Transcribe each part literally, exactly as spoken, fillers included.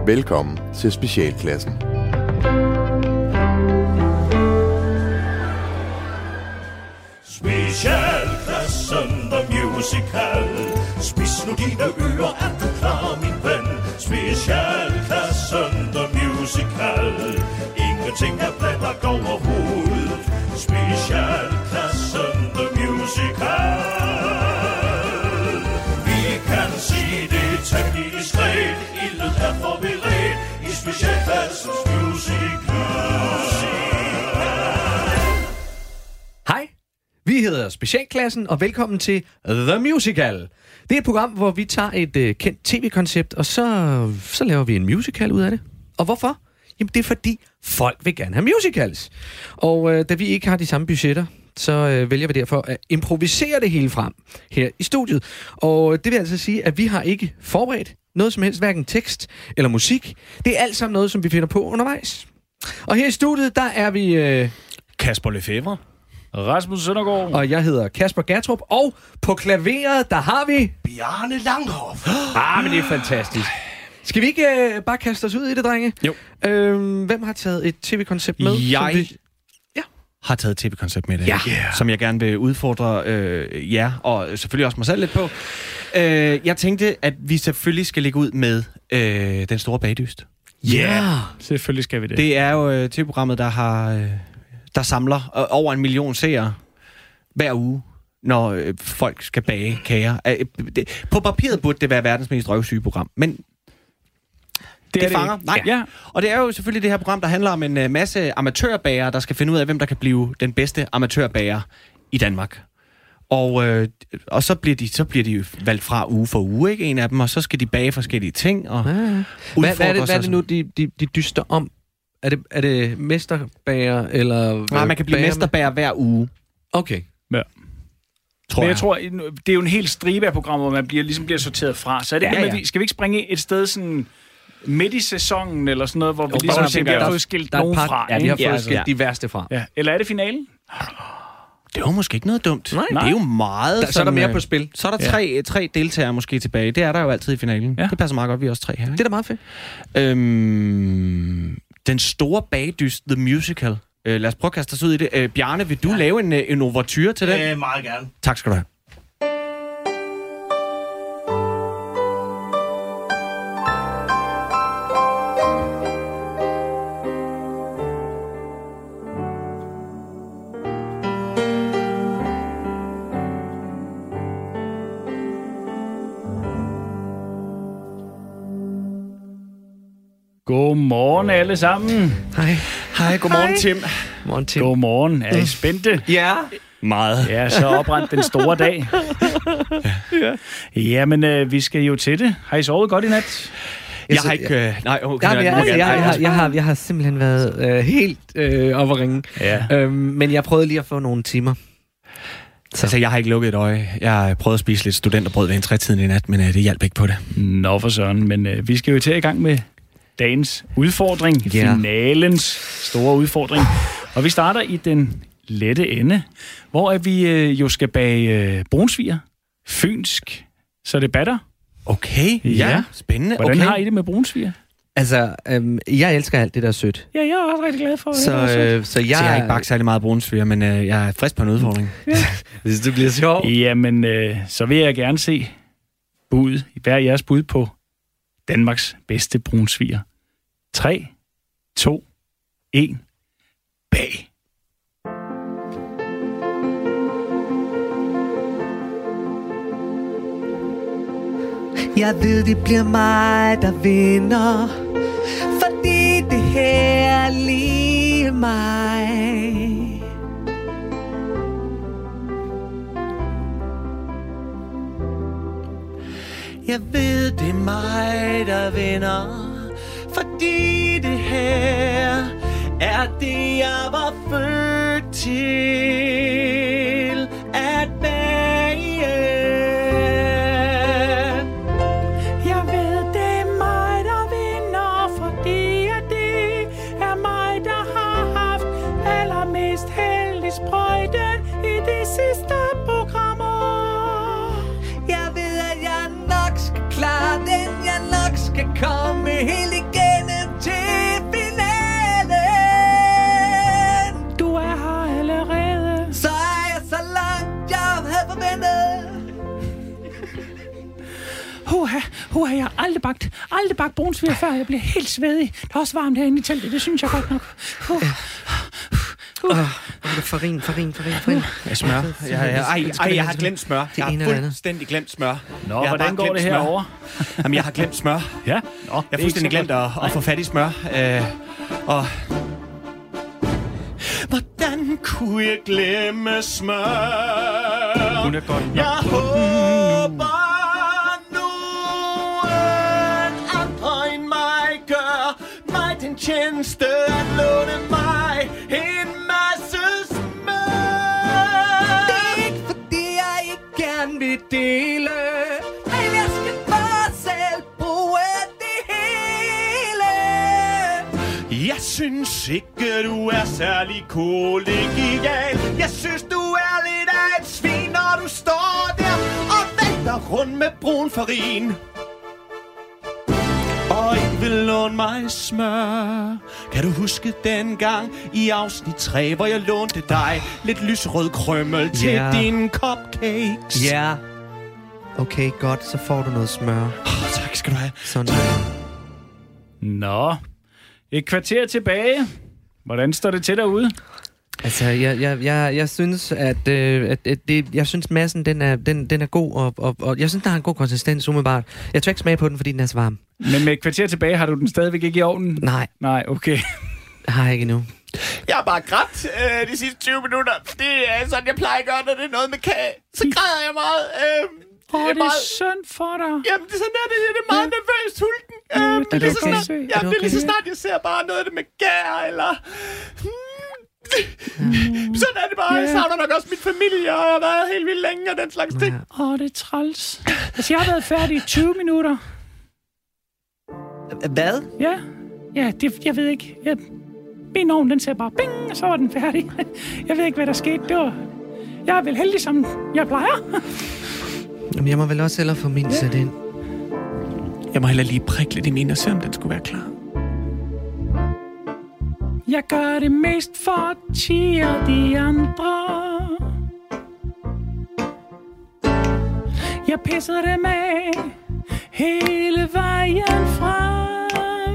Velkommen til Specialklassen. Specialklassen, the musical. Spids nu dine ører, er du klar, min ven? Specialklassen, the musical. Ingenting er plat og går overhovedet. Specialklassen, the musical. Vi kan sige det temmelig diskret. Ildet er forberedt i specialklassens musical. Hej, vi hedder Specialklassen, og velkommen til The Musical. Det er et program, hvor vi tager et øh, kendt tv-koncept, og så, så laver vi en musical ud af det. Og hvorfor? Jamen, det er fordi, folk vil gerne have musicals. Og øh, da vi ikke har de samme budgetter, så øh, vælger vi derfor at improvisere det hele frem her i studiet. Og det vil altså sige, at vi har ikke forberedt noget som helst, hverken tekst eller musik. Det er alt sammen noget, som vi finder på undervejs. Og her i studiet, der er vi... Øh, Kasper Lefebvre. Rasmus Søndergaard. Og jeg hedder Kasper Gertrup, og på klaveret, der har vi... Bjarne Langhoff. Ah, men det er fantastisk. Skal vi ikke øh, bare kaste os ud i det, drenge? Jo. Øhm, hvem har taget et tv-koncept med? Jeg vi... ja. har taget et tv-koncept med det, ja. yeah. som jeg gerne vil udfordre øh, jer, og selvfølgelig også mig selv lidt på. Øh, jeg tænkte, at vi selvfølgelig skal lægge ud med øh, Den Store Bagdyst. Ja, yeah. Selvfølgelig skal vi det. Det er jo øh, tv-programmet, der har... Øh, der samler øh, over en million seere hver uge, når øh, folk skal bage kager. Øh, det, på papiret burde det være verdens mest røvsyge program, men det, det fanger. Det Nej. ja. Og det er jo selvfølgelig det her program, der handler om en øh, masse amatørbagere, der skal finde ud af, hvem der kan blive den bedste amatørbager i Danmark. Og, øh, og så, bliver de, så bliver de jo valgt fra uge for uge, ikke? En af dem, og så skal de bage forskellige ting. Og ja. Hvad, hvad, er det, hvad er det nu, de, de, de dyster om? Er det, er det mesterbager, eller... Nej, man kan blive mesterbager hver uge. Okay. Ja. Tror Men jeg, jeg tror, det er jo en helt stribe af programmer, hvor man bliver, ligesom bliver sorteret fra. Så er det, ja, ja. Vi, skal vi ikke springe et sted sådan midt i sæsonen, eller sådan noget, hvor vi ligesom tænker, at vi har fået skilt nogen fra? Ja, vi har fået ja, skilt ja. de værste fra. Ja. Eller er det finalen? Det var måske ikke noget dumt. Nej. Det er jo meget... Der, så er der mere på spil. Så er der tre, ja. tre deltagere måske tilbage. Det er der jo altid i finalen. Ja. Det passer meget godt, vi er også tre her. Ikke? Det er da meget fedt. Øhm, Den Store Bagdyst, The Musical. Øh, lad os prøve at kaste os ud i det. Øh, Bjarne, vil du ja. lave en, en ouverture til den? Øh, meget gerne. Tak skal du have. Godmorgen alle sammen. Hej. Hej, godmorgen Hej. Tim. Godmorgen Tim. Godmorgen. Er I spændte? Ja. Meget. Ja, så oprendt den store dag. Ja. Jamen, øh, vi skal jo til det. Har I sovet godt i nat? Jeg har ikke... Øh, nej, okay, ja, nej, jeg, jeg, altså, jeg, jeg, har, jeg, jeg, har, jeg har simpelthen været øh, helt øh, op at ringe. Ja. Øhm, men jeg prøvede lige at få nogle timer. Så. Altså, jeg har ikke lukket et øje. Jeg har prøvet at spise lidt studenterbrød ved en trætiden i nat, men øh, det hjalp ikke på det. Nå for søren, men øh, vi skal jo til i gang med dagens udfordring. Yeah. Finalens store udfordring. Og vi starter i den lette ende, hvor vi øh, jo skal bage øh, brunsviger. Fynsk. Så det batter. Okay, ja, ja. Spændende. Hvordan okay. har I det med brunsviger? Altså, øhm, jeg elsker alt det der sødt. Ja, jeg er også rigtig glad for Så, øh, så jeg... Så jeg har ikke bagt særlig meget brunsviger, men øh, jeg er frisk på en udfordring. Ja. Hvis det bliver sjovt. Jamen, øh, så vil jeg gerne se bud, hver jeres bud på Danmarks bedste brunsviger. tre, to, et, bag. Jeg ved, det bliver mig, der vinder, fordi det her er lige mig. Jeg ved, det er mig, der vinder, fordi det her er det, jeg var født til at bage. Jeg ved, det er mig, der vinder, fordi det er mig, der har haft allermest heldig sprøjten i de sidste programmer. Jeg ved, at jeg nok skal klare den, jeg nok skal komme helt igennem. Uha, uha, jeg har aldrig bagt, aldrig bagt brunsviger før. Jeg bliver helt svedig. Der er også varmt herinde i teltet, det synes jeg godt nok. Uh. Uh. Uh. Uh. Farin, farin, farin, farin. Jeg smør. Jeg, jeg, ej, ej, jeg har glemt smør. Jeg har fuldstændig glemt smør. Nå, hvordan går det herovre? Jamen, jeg har glemt smør. Ja? Nå, jeg har fuldstændig glemt at, at få fat i smør. Øh, og... Hvordan kunne jeg glemme smør? Hun er godt nok. Jeg håber nogen andre end mig gør mig den tjeneste at låne mig en masse smør. Det er ikke fordi jeg ikke gerne vil dele, men jeg skal bare selv bruge det hele. Jeg synes ikke, du er særlig kollegial. Jeg synes, du er lidt af et svin, når du står der og vælter rundt med brun farin. Og ikke vil låne mig smør. Kan du huske dengang i afsnit tre, hvor jeg lånte dig lidt lyserød krømmel til Ja. dine cupcakes? Ja. Yeah. Okay, godt, så får du noget smør. Oh, tak skal du have. Sådan. Nå, et kvarter tilbage. Hvordan står det til derude? Altså, jeg, jeg, jeg, jeg synes, at, øh, at, at det, jeg synes, massen, den er, den, den er god, og, og, og jeg synes, der har en god konsistens, umiddelbart. Jeg tør ikke smage på den, fordi den er så varm. Men med et kvarter tilbage, har du den stadigvæk ikke i ovnen? Nej, Nej, okay. jeg har jeg ikke endnu. Jeg har bare grædt øh, de sidste tyve minutter. Det er sådan, jeg plejer at gøre, når det er noget med kage. Så græder jeg meget. Øh, Åh, det er det er meget... synd for dig. Jamen, det er sådan, der, det, det er meget Ja. nervøst hulten. Ja, Øh, er det, det er lige så okay? snart, Er ja, det det er lige så okay? snart, jeg ser bare noget af det med gær, eller... Hmm. Sådan er det bare. Jeg Ja. savner nok også min familie, og jeg har været helt vildt længe, og den slags ting. Ja. Åh, det er træls. Altså, jeg har været færdig i tyve minutter. Hvad? Ja, ja, det, jeg ved ikke. Jeg, min ovn, den sagde bare bing, og så var den færdig. Jeg ved ikke, hvad der skete. Det var... Jeg er vel heldig, som jeg plejer. Jamen, jeg må vel også hellere få min ja. sat ind. Jeg må heller lige prikke lidt i min og se, om den skulle være klar. Jeg gør det mest for at cheer de andre. Jeg pisser dem af hele vejen frem.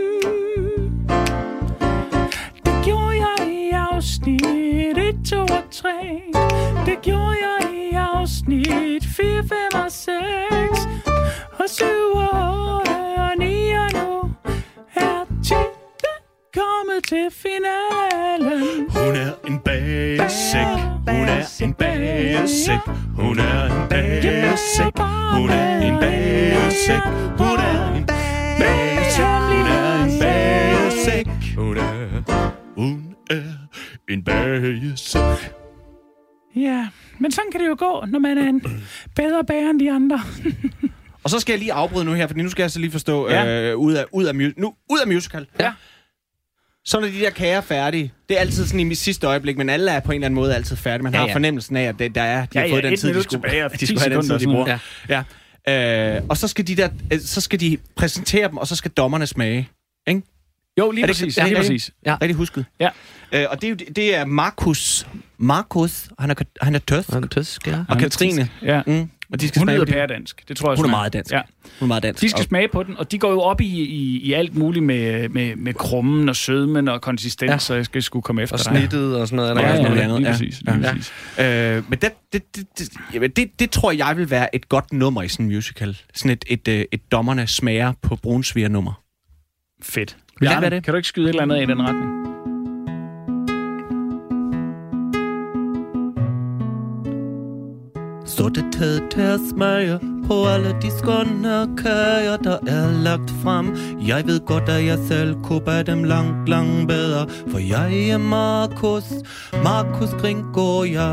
Det gjorde jeg i afsnit et, to og tre. Det gjorde jeg i afsnit fire, fem og seks. Og syv og otte og ni og nu er tiden kommet til finalen. Hun er en bagesæk. Hun er en bagesæk. Hun er en bagesæk. Hun er en bagesæk. Hun er en bagesæk. Hun er en bagesæk. Hun er Hun er en bagesæk. Ja, men sådan kan det jo gå, når man er en bedre bager end de andre. Og så skal jeg lige afbryde nu her, for nu skal jeg så lige forstå, Ja. øh, ud, af, ud, af mu- nu, ud af musical. Ja. Så når de der kager er færdige, det er altid sådan i mit sidste øjeblik, men alle er på en eller anden måde altid færdige. Man Ja, har ja. fornemmelsen af, at det, der er, de Ja, har ja, fået den et tid, de minut skulle, tilbage, og de ti skulle have den tid, de sekunder bruger. og Ja. Ja. Øh, og så skal de der, øh, så skal de præsentere dem, og så skal dommerne smage. Ikke? Jo, lige Er det- præcis. ja, lige ja. præcis. Ja. Rigtig husket. Ja. Øh, og det er, jo, det er Markus. Markus, han er, han er tøsk. Og en tysk, ja. Og Katrine. Ja. Mm. Og de skal Hun smage lyder på det. pæredansk. Det tror jeg Hun er også, meget dansk. Ja. Hun er meget dansk. De skal Og- smage på den, og de går jo op i, i, i alt muligt med, med, med krummen og sødmen og konsistens, Ja. så jeg skal sgu komme efter Og dig. snittet og sådan noget. Ja, Ja, ja, sådan noget ja, andet. lige Ja. præcis. Ja. Lige præcis. Øh, men det, det, det, det, jamen det, det tror jeg vil være et godt nummer i sådan en musical. Sådan et, et, et, et dommerne smager på brunsviger-nummer. Fedt. Vil det Bjarne, være det? kan du ikke skyde et eller andet i den retning? Så det taget til at smage på alle de skåne kager, der er lagt frem. Jeg ved godt, at jeg selv kunne bage dem langt, langt bedre, for jeg er Markus, Markus Gringoja.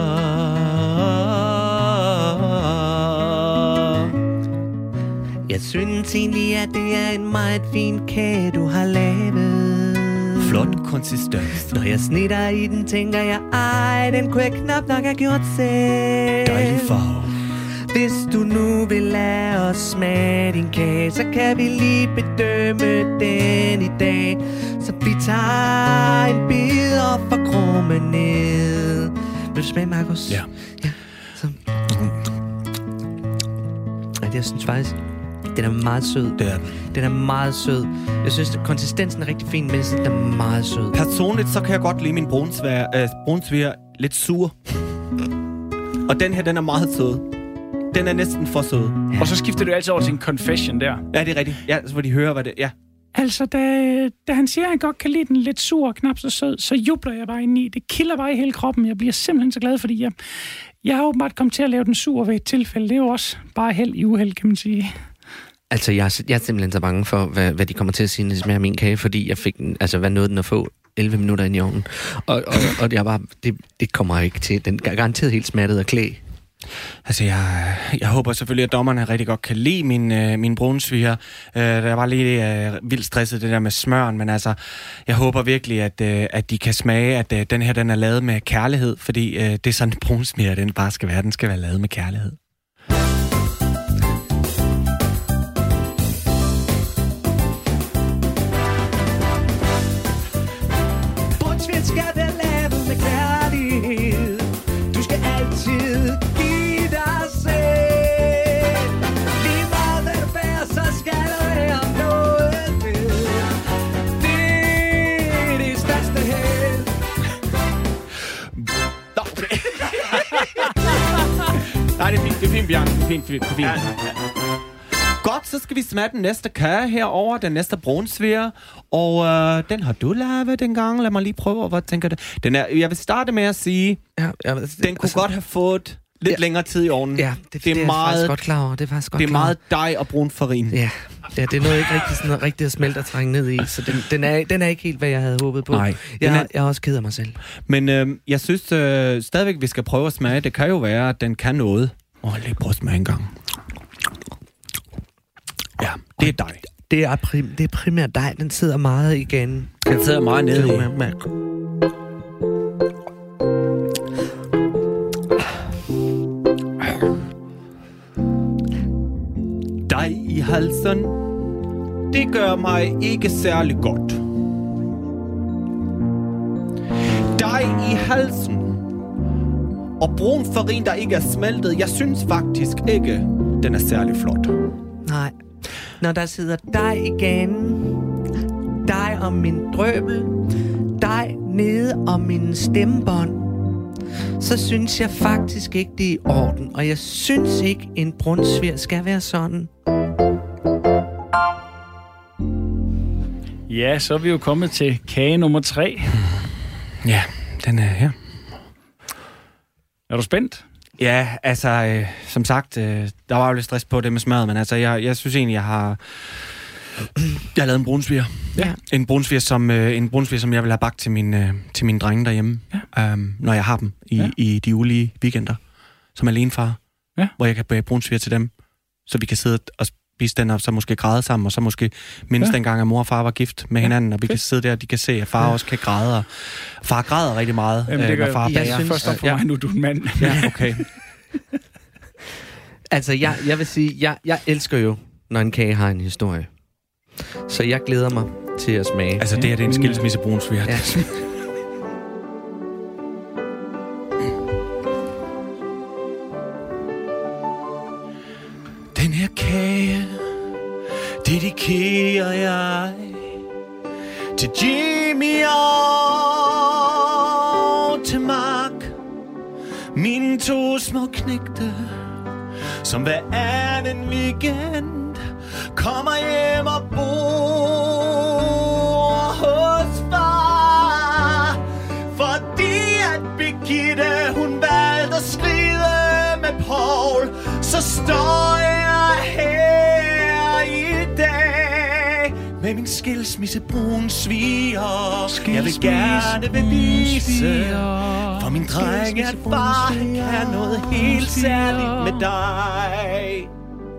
Jeg synes egentlig, at det er en meget fin kage, du har lavet. Flot konsistens. Når jeg snitter i den, tænker jeg, ej, den kunne jeg knap nok have gjort selv. Dejlig farve. Hvis du nu vil lade os smage din kage, så kan vi lige bedømme den i dag. Så vi tager en bid og får krummen ned. Vil du smage, Markus? Ja. Ja, så... at jeg synes faktisk, den er meget sød. Det er den. Den er meget sød. Jeg synes, at konsistensen er rigtig fin, men jeg synes, den er meget sød. Personligt, så kan jeg godt lide min brunsvær, øh, brunsvær lidt sur. Og den her, den er meget sød. Den er næsten for sød. Ja. Og så skifter du altid over til en confession der. Ja, det er rigtigt. Ja, så hvor de hører, hvad det ja. Altså, da, da han siger, at han godt kan lide den lidt sur og knap så sød, så jubler jeg bare indeni. Det kilder bare i hele kroppen. Jeg bliver simpelthen så glad, fordi jeg, jeg har åbenbart kommet til at lave den sur ved et tilfælde. Det er jo også bare held i uheld, kan man sige. Altså, jeg er, jeg er simpelthen så bange for, hvad, hvad de kommer til at sige, når de smager min kage, fordi jeg fik den, altså, hvad nåede den at få elleve minutter ind i ovnen. Og, og, og jeg bare, det, det kommer ikke til. Den er garanteret helt smattet af klæ. Altså, jeg, jeg håber selvfølgelig, at dommerne rigtig godt kan lide min, øh, min brunsviger. Øh, der var lidt øh, vildt stresset, det der med smøren, men altså, jeg håber virkelig, at, øh, at de kan smage, at øh, den her, den er lavet med kærlighed, fordi øh, det er sådan, en brunsviger, den bare skal være. Den skal være lavet med kærlighed. Brunsviger skal være lavet med kærlighed. Du skal altid give dig selv. Lige meget hvad du bærer, så skal der være noget med. Det er det største held. Nå, okay. Nej, det er fint, det er fint, Bjørn. Det er fint, det er fint. Ja, ja. Godt, så skal vi smage den næste kage herover, den næste brunsviger. Og øh, den har du lavet dengang. Lad mig lige prøve, hvad tænker du? Den er, jeg vil starte med at sige, Ja, ja, den altså, kunne godt have fået lidt ja. længere tid i ovnen. Ja, det, det, det er, er jeg meget, faktisk godt klar over. Det er faktisk godt det er klar over. meget dej og brun farin. Ja, ja, det er noget ikke rigtig sådan noget rigtigt at smelte og trænge ned i, så den, den, er, den er ikke helt, hvad jeg havde håbet på. Nej, jeg, den er- er, jeg er også ked af mig selv. Men øh, jeg synes øh, stadigvæk, vi skal prøve at smage. Det kan jo være, at den kan noget. Åh, lige prøve at smage en gang. Ja, det er dej. Det er, prim, det er primært dig, den sidder meget igen. Den sidder meget nede i. Dej i halsen, det gør mig ikke særlig godt. Dej i halsen og brun farin, der ikke er smeltet. Jeg synes faktisk ikke, den er særlig flot. Nej. Når der sidder dig igen, dig om min drøbel, dig nede om min stemmebånd, så synes jeg faktisk ikke, det er i orden. Og jeg synes ikke, en brunsviger skal være sådan. Ja, så er vi jo kommet til kage nummer tre. Ja, den er her. Er du spændt? Ja, altså, øh, som sagt, øh, der var jo lidt stress på det med smøret, men altså, jeg, jeg synes egentlig, jeg har... Jeg har lavet en brunsviger. Ja. En brunsviger, som, øh, en brunsviger, som jeg vil have bagt til min, øh, til mine drenge derhjemme, Ja. øhm, når jeg har dem i, Ja. i de ulige weekender, som alenefar, Ja. hvor jeg kan bage brunsviger til dem, så vi kan sidde og spise den, og så måske græde sammen, og så måske mindst Ja. dengang, at mor og far var gift med Ja, hinanden, og vi fedt. kan sidde der, og de kan se, at far også kan græde, og far græder rigtig meget, Jamen, det øh, gør når far jeg. Jeg bager. synes- Først op for Ja. mig, nu er du en mand. Ja, okay. Altså, jeg, jeg vil sige, jeg, jeg elsker jo, når en kage har en historie. Så jeg glæder mig til at smage. Altså, det her, det er en skilsmissebrunsviger. Ja. Den her kage dedikerer jeg til Jimmy og til Mark, mine to små knægte, som hver anden weekend kommer hjem og bor hos far. Fordi at Birgitte, hun valgte at skride med Paul, så står jeg her i dag med min skilsmissebrun sviger. Jeg vil gerne bevise for min dreng, at far kan noget helt særligt med dig.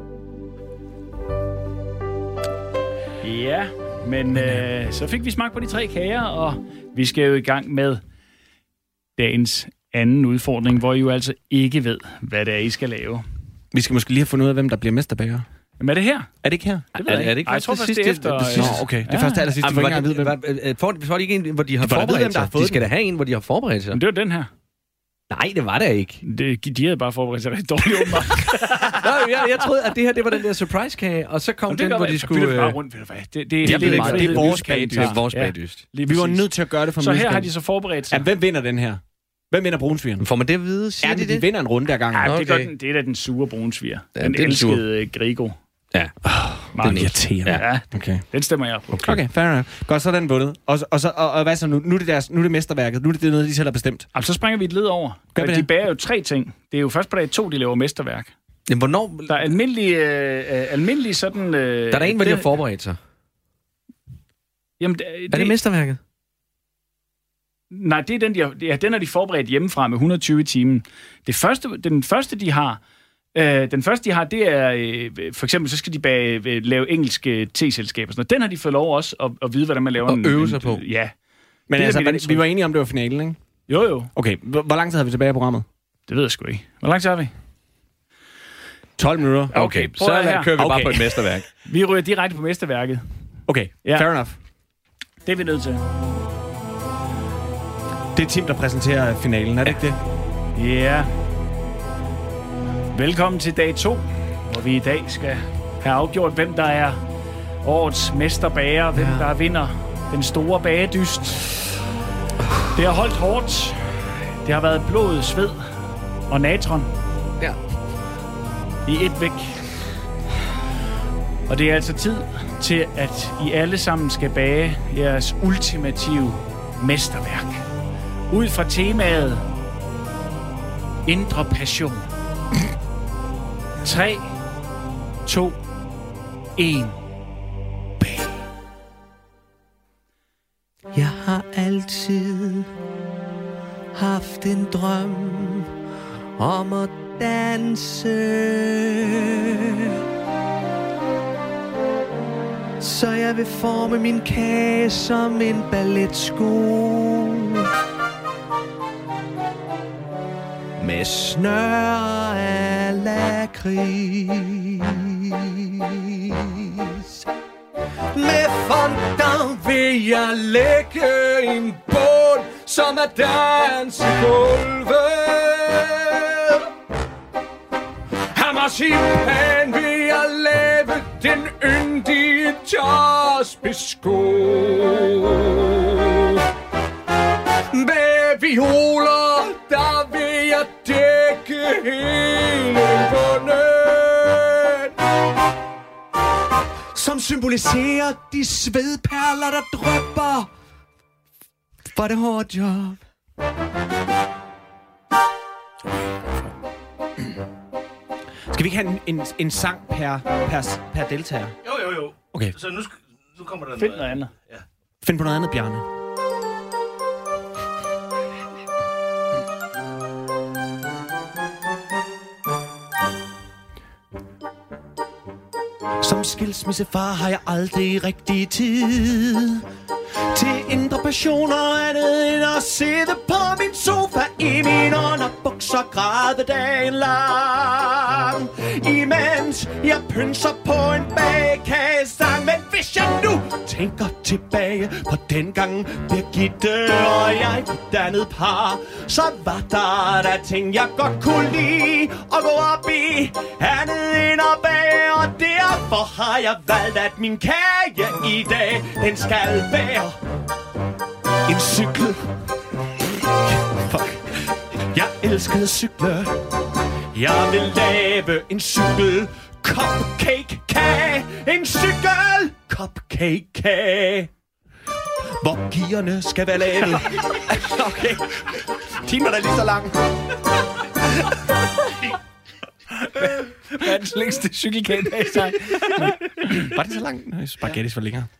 Ja, men øh, så fik vi smagt på de tre kager, og vi skal jo i gang med dagens anden udfordring, hvor I jo altså ikke ved, hvad det er, I skal lave. Vi skal måske lige have fundet ud af, hvem der bliver mesterbager. Men er det her? Er det ikke her? Det ved jeg ikke. Ej, jeg tror faktisk, det er efter... det øh, sidste? Nå, okay. Det Ja. er første aller sidste. Ah, Vi får var ikke engang det- vide, hvem. var- øh, Får de, får de ikke en, hvor de har De får da vide, forberedt hvem der har sig? fået De skal da den. have en, hvor de har forberedt sig. Men det var den her. Nej, det var det ikke. Det, de havde bare forberedt sig rigtig dårligt åbenbart. Nå, jeg, jeg troede, at det her det var den der surprise-kage, og så kom den, hvor de skulle... Det bare rundt, ved du hvad. Det, det, det, det, det, er, det er vores bagdyst. Det er vores bagdyst. Ja, vi var nødt til at gøre det for Så musical. her har de så forberedt sig. Ja, hvem vinder den her? Hvem vinder brunsvigeren? Får man det at vide? Siger Ja, de de, de det? vinder en runde der gang. Ja, Okay. det, gør den, det er da den sure brunsviger. Ja, Den det er den sure. elskede Grego. Ja. Meget Den irriterende. Ja, Okay. den stemmer jeg på. Okay, fair enough. Godt, så er den vundet. Og, og, så, og, og hvad så nu? Nu er det, deres, nu er det mesterværket. Nu er det, det er noget, de selv har bestemt. Jamen, så springer vi et led over. Gør vi de det? bager jo tre ting. Det er jo først på dag to, de laver mesterværk. Jamen, hvornår... Der er almindelig, øh, almindelig sådan... Øh, Der er der en, hvor de har forberedt sig. Jamen, det, Er det mesterværket? Nej, det er den, de har, ja, den er de forberedt hjemmefra med et hundrede og tyve i timen. Det første, den første, de har, øh, den første, de har, det er, øh, for eksempel, så skal de bag, øh, lave engelske te-selskaber. Sådan noget. Den har de fået lov også at, at vide, hvordan man laver Og en... øve en, sig på. Ja. Men Det er altså, mit var, indtryk. vi var enige om, det var finalen, ikke? Jo, jo. Okay, hvor, hvor lang tid har vi tilbage i programmet? Det ved jeg sgu ikke. Hvor lang tid har vi? tolv minutter. Okay, prøv så at høre der her. kører vi bare Okay. på et mesterværk. Vi ryger direkte på mesterværket. Okay, Ja. fair enough. Det er vi nødt til. Det er Tim, der præsenterer finalen, er det ikke det? Ja. Velkommen til dag to, hvor vi i dag skal have afgjort, hvem der er årets mesterbager, hvem der vinder den store bagedyst. Det har holdt hårdt. Det har været blod, sved og natron Ja. i et væk. Og det er altså tid til, at I alle sammen skal bage jeres ultimative mesterværk. Ud fra temaet Indre passion. tre, to, et. Bag. Jeg har altid haft en drøm om at danse, så jeg vil forme min kage som en balletsko med snør af lakrids. Med fondant vil jeg lægge en bål, som er dansegulvet. Af marcipan vil jeg lave den yndige tårsbeskål. Med violer, der vil jeg dække hele bunden, som symboliserer de svedperler, der drypper fra det hårde job. Skal vi ikke have en, en, en sang per, per, per deltager? Jo, jo, jo. Okay. Så nu, sk- nu kommer der Find noget andet. Find på noget andet, Bjarne. Som skilsmissefar har jeg aldrig rigtig tid til indre passioner andet end at sidde på min sofa i min underbukser græde dagen lang, imens jeg pynser på en bagkagestang. Men hvis jeg nu tænker tilbage på dengang Birgitte og jeg blev dannet par, så var der da ting jeg godt kunne lide at gå op i, andet end at bage. Og derfor har jeg valgt, at min kage i dag, den skal være en cykel. Fuck. Jeg elskede cykle. Jeg vil lave en cykel cupcake kage. En cykel cupcake kage, hvor gearne skal være lavet. Okay. Timen er lige så lang. Verdens længste cykelkage bag sig. Var det så lang? Nej, spaghettis var længere.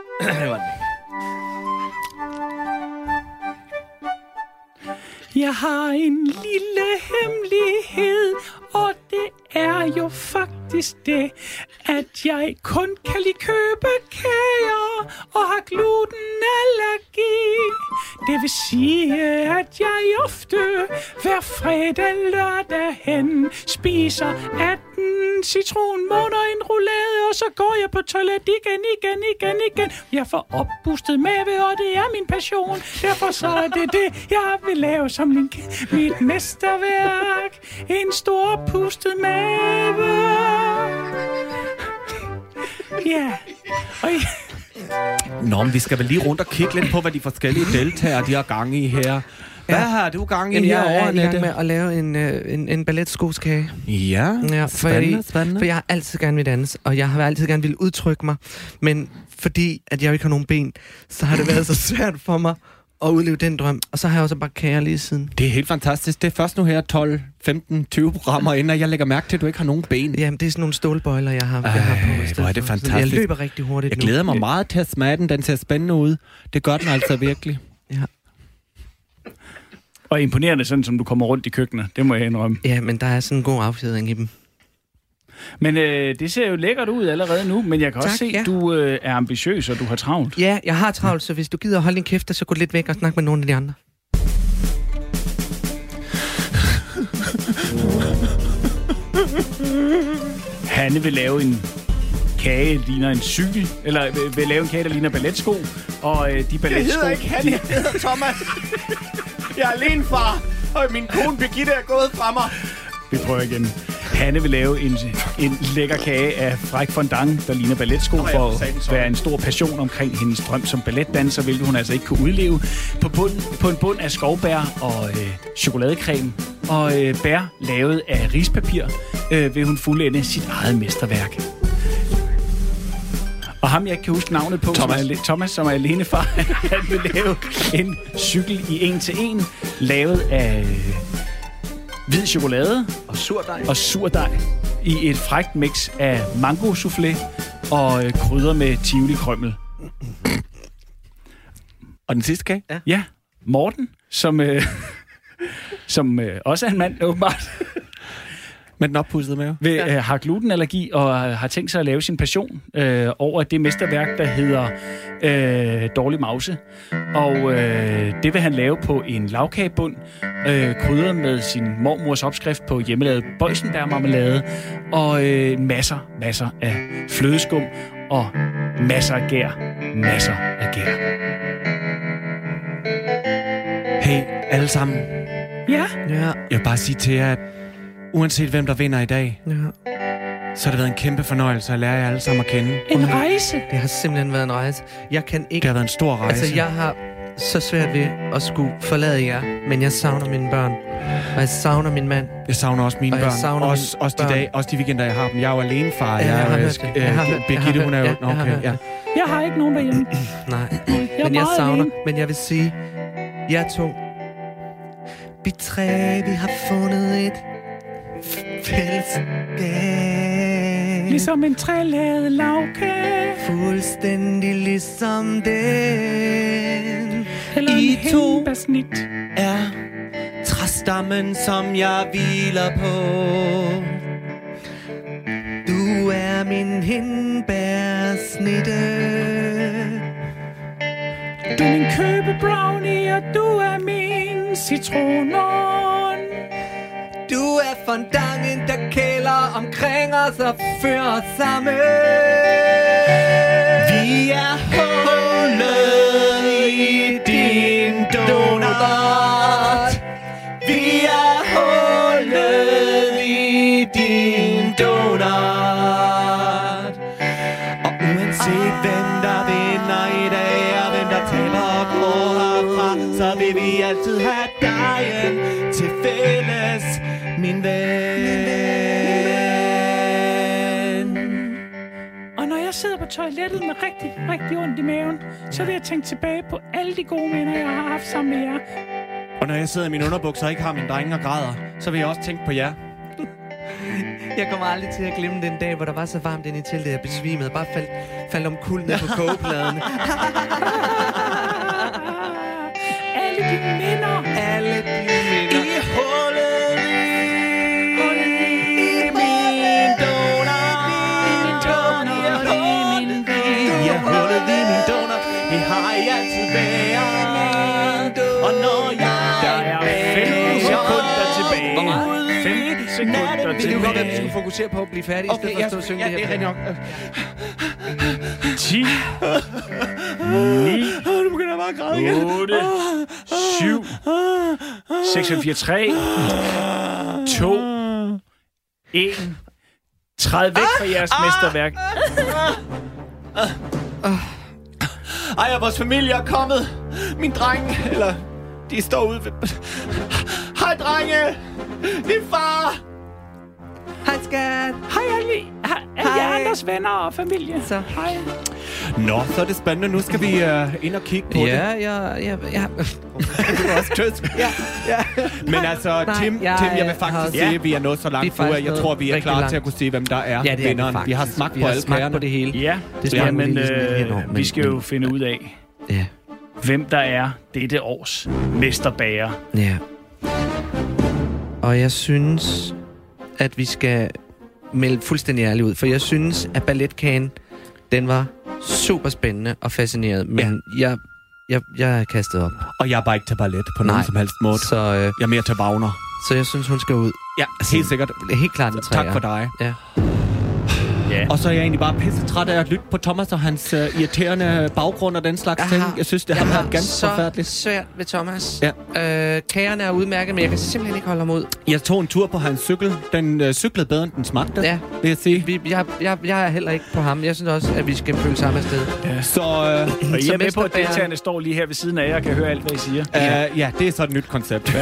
Jeg har en lille hemmelighed, og det er jo faktisk det, at jeg kun kan lide købe kager og har glutenallergi. Det vil sige, at jeg ofte hver fredag lørdag hen spiser atten citronmåner, en roulade og så går jeg på toilet igen, igen, igen, igen. Jeg får oppustet mave, og det er min passion. Derfor så er det det, jeg vil lave som min, mit mesterværk. En stor pustet mave. Ja. Og ja. Nå, men vi skal vel lige rundt og kigge lidt på, hvad de forskellige deltagere, de har gang i her. Hvad ja. har du gang i Jamen, her jeg er over, i gang Nette? med at lave en, øh, en, en balletskoskage. Ja, Ja, for spændende, jeg, spændende. For jeg har altid gerne vil danse, og jeg har altid gerne vil udtrykke mig. Men fordi at jeg jo ikke har nogen ben, så har det været så svært for mig at udleve den drøm. Og så har jeg også bare kager lige siden. Det er helt fantastisk. Det er først nu her tolv, femten, tyve programmer inden, og jeg lægger mærke til, at du ikke har nogen ben. Jamen, det er sådan nogle stålbøjler, jeg har, jeg har på. i stedet hvor er det for. fantastisk. Jeg løber rigtig hurtigt Jeg nu. glæder mig meget til at smage den. Den ser spændende ud. Det gør den altså virkelig. Ja. Og imponerende, sådan som du kommer rundt i køkkenet. Det må jeg indrømme. Ja, men der er sådan en god affjedring i dem. Men øh, det ser jo lækkert ud allerede nu, men jeg kan Tak, også se, at ja. du øh, er ambitiøs, og du har travlt. Ja, jeg har travlt, så hvis du gider at holde din kæft, så gå lidt væk og snakke med nogle af de andre. Hanne vil lave en kage, der ligner en cykel, eller øh, vil lave en kage, der ligner balletsko, og øh, de balletsko... Hanne, jeg hedder Thomas. Jeg er alene, far, og min kone Birgitte er gået fra mig. Vi prøver igen. Hanne vil lave en, en lækker kage af fræk fondant, der ligner balletsko, Nå, ja, for for at være en stor passion omkring hendes drøm som balletdanser, hvilket hun altså ikke kunne udleve. På, bund, på en bund af skovbær og øh, chokoladecreme og øh, bær lavet af rispapir, øh, vil hun fuldende sit eget mesterværk. Og ham, jeg ikke kan huske navnet på, Thomas, som er, Thomas som er alene far, han vil lave en cykel i en til en, lavet af øh, hvid chokolade Og surdej. og surdej i et frækt mix af mango soufflé og øh, krydder med tivoli krømmel. Og den sidste kage? Ja. Ja, Morten, som, øh, som øh, også er en mand, åbenbart, Med den oppudsede mave? ved, øh, har glutenallergi og øh, har tænkt sig at lave sin passion øh, over det mesterværk, der hedder øh, Dårlig Mause. Og øh, det vil han lave på en lavkagebund, øh, krydret med sin mormors opskrift på hjemmelavet boysenbærmarmelade, og øh, masser, masser af flødeskum og masser af gær. Masser af gær. Hey, alle sammen. Ja, Ja, Jeg vil bare sige til jer, at uanset hvem der vinder i dag, ja. så har det været en kæmpe fornøjelse at lære jer alle sammen at kende. en rejse. Det har simpelthen været en rejse. Jeg kan Det ikke... har været en stor rejse. Altså, jeg har så svært ved at skulle forlade jer, men jeg savner mine børn. Og jeg savner min mand. Jeg savner også mine Og jeg børn. savner Også, mine også de børn. dage, også de weekender, jeg har dem. Jeg er jo alene, far. Ja, jeg har er, hørt det. Jeg har hørt- jeg Birgitte, har hun er jo... hørt- Nå, ja, jeg har okay, hørt ja. det. Jeg har ikke nogen derhjemme. Nej, Jeg er men jeg meget savner... alene. Men jeg vil sige, jer to, vi tre, vi har fundet et fællesskab. Ligesom en trælaget lavkage. Fuldstændig ligesom den. Eller I en to. hindbærsnit. Er træstammen, som jeg hviler på. Du er min hindbærsnitte. Du er min købebrownie, og du er min citronon. Du er fondangen, der kæler omkring os og fører os sammen. Vi er hullet i din donut. Vi er hullet i din donut. Og uanset hvem der vinder i dag, og hvem der taber og går herfra, så vil vi altid have dig til fælles, min ven. Og når jeg sidder på toilettet med rigtig, rigtig ondt i maven, så vil jeg tænke tilbage på alle de gode minder, jeg har haft sammen med jer. Og når jeg sidder i min underbukser og ikke har min drenge og græder, så vil jeg også tænke på jer. Jeg kommer aldrig til at glemme den dag, hvor der var så varmt inde i teltet, jeg besvimede. Bare faldt, faldt om kul ned på kogepladen. Alle de minder. Alle de minder. I hullet i min donut. I er hullet i min donut. Det har I altid været. Og når jeg Der er femten sekunder tilbage. femten sekunder Det kunne godt være, at vi tilbage. skulle fokusere på at blive færdige, i Okay, stedet for ja, at stå og synge ja, det det her. er rigtig nok. ti, ni, Åh, du begynder bare at græde igen. otte, syv, seks og fire, tre, to, en. Træd væk fra jeres mesterværk. Ej, og vores familie er kommet. Min dreng, eller de står ude ved... Hej, drenge! Din far! Hej, skat! Hej, Ali. Hej, er Hej. I andres venner og familie? Så. Hej. Nå, så er det spændende. Nu skal vi uh, ind og kigge på det. Ja, ja, ja, ja. Det var også trist. ja, ja. Men altså, Nej, Tim, jeg- Tim, jeg vil jeg faktisk har- sige, at vi er nået så Vi er langt nu, at faktisk jeg tror, vi er rigtig klar langt. til at kunne se, hvem der er Ja, det er vi vinderen. faktisk. Vi har smagt Vi på har alle smagt kagerne. på det hele. Ja, Det skal jamen, vi lige sådan øh, hen over, men- vi skal jo men- finde ud af, Ja, hvem der er dette års mesterbager. ja. Og jeg synes, at vi skal melde fuldstændig ærligt ud, for jeg synes, at balletkagen, den var super spændende og fascineret, men ja. jeg, jeg, jeg er kastet op. Og jeg er bare ikke til ballet på nogen Nej. som helst måde. Så, øh, Jeg er mere til Wagner. så jeg synes, hun skal ud. Ja, helt sikkert. Det er helt klart en træer. Tak for dig. Ja. Ja. Og så er jeg egentlig bare pisse træt af at lytte på Thomas og hans uh, irriterende baggrund og den slags Jeg ting. har- Jeg synes, det har jeg været ganske så forfærdeligt. svært ved Thomas. Ja. Øh, kagerne er udmærket, men jeg kan simpelthen ikke holde ham ud. Jeg tog en tur på hans cykel. Den uh, cyklede bedre, end den smagte, Ja. vil jeg sige. Vi, jeg, jeg, jeg er heller ikke på ham. Jeg synes også, at vi skal følge samme afsted. Så uh, Og I Så er med på, at mesterbager- deltagerne står lige her ved siden af jer og kan høre alt, hvad I siger. uh, ja, det er så et nyt koncept.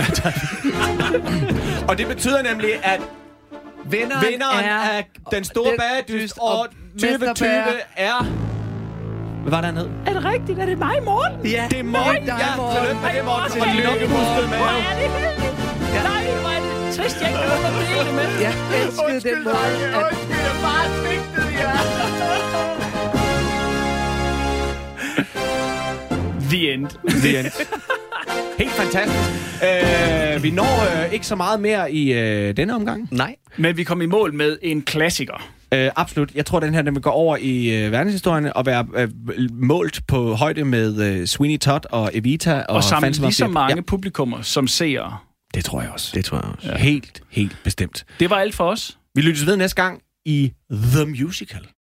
Og det betyder nemlig, at Vinderen, vinderen af den store den bagedyst dyst år og tyve tyve mesterbager. er... Hvad var der ned? Er det rigtigt? Er det mig i morgen? Ja, Det er morgen, der ja. er morgen. Tillykke med det, Morten. Ej, Og lige nok i husket med. Hvor er det heldigt. Nej, hvor er det trist, jeg ikke kan få dele med. Jeg elskede den måde, at... Undskyld, jeg bare svigtede jer. The end. The end. Helt fantastisk. Uh, vi når uh, ikke så meget mere i uh, denne omgang. Nej. Men vi kom i mål med en klassiker. Uh, absolut. Jeg tror, den her den vil gå over i uh, verdenshistorien og være uh, målt på højde med uh, Sweeney Todd og Evita. Og, Og samle Phantom of lige så the- mange Ja, publikummer som seere. det tror jeg også. Det tror jeg også. Ja. Helt, helt bestemt. Det var alt for os. Vi lyttes ved næste gang i The Musical.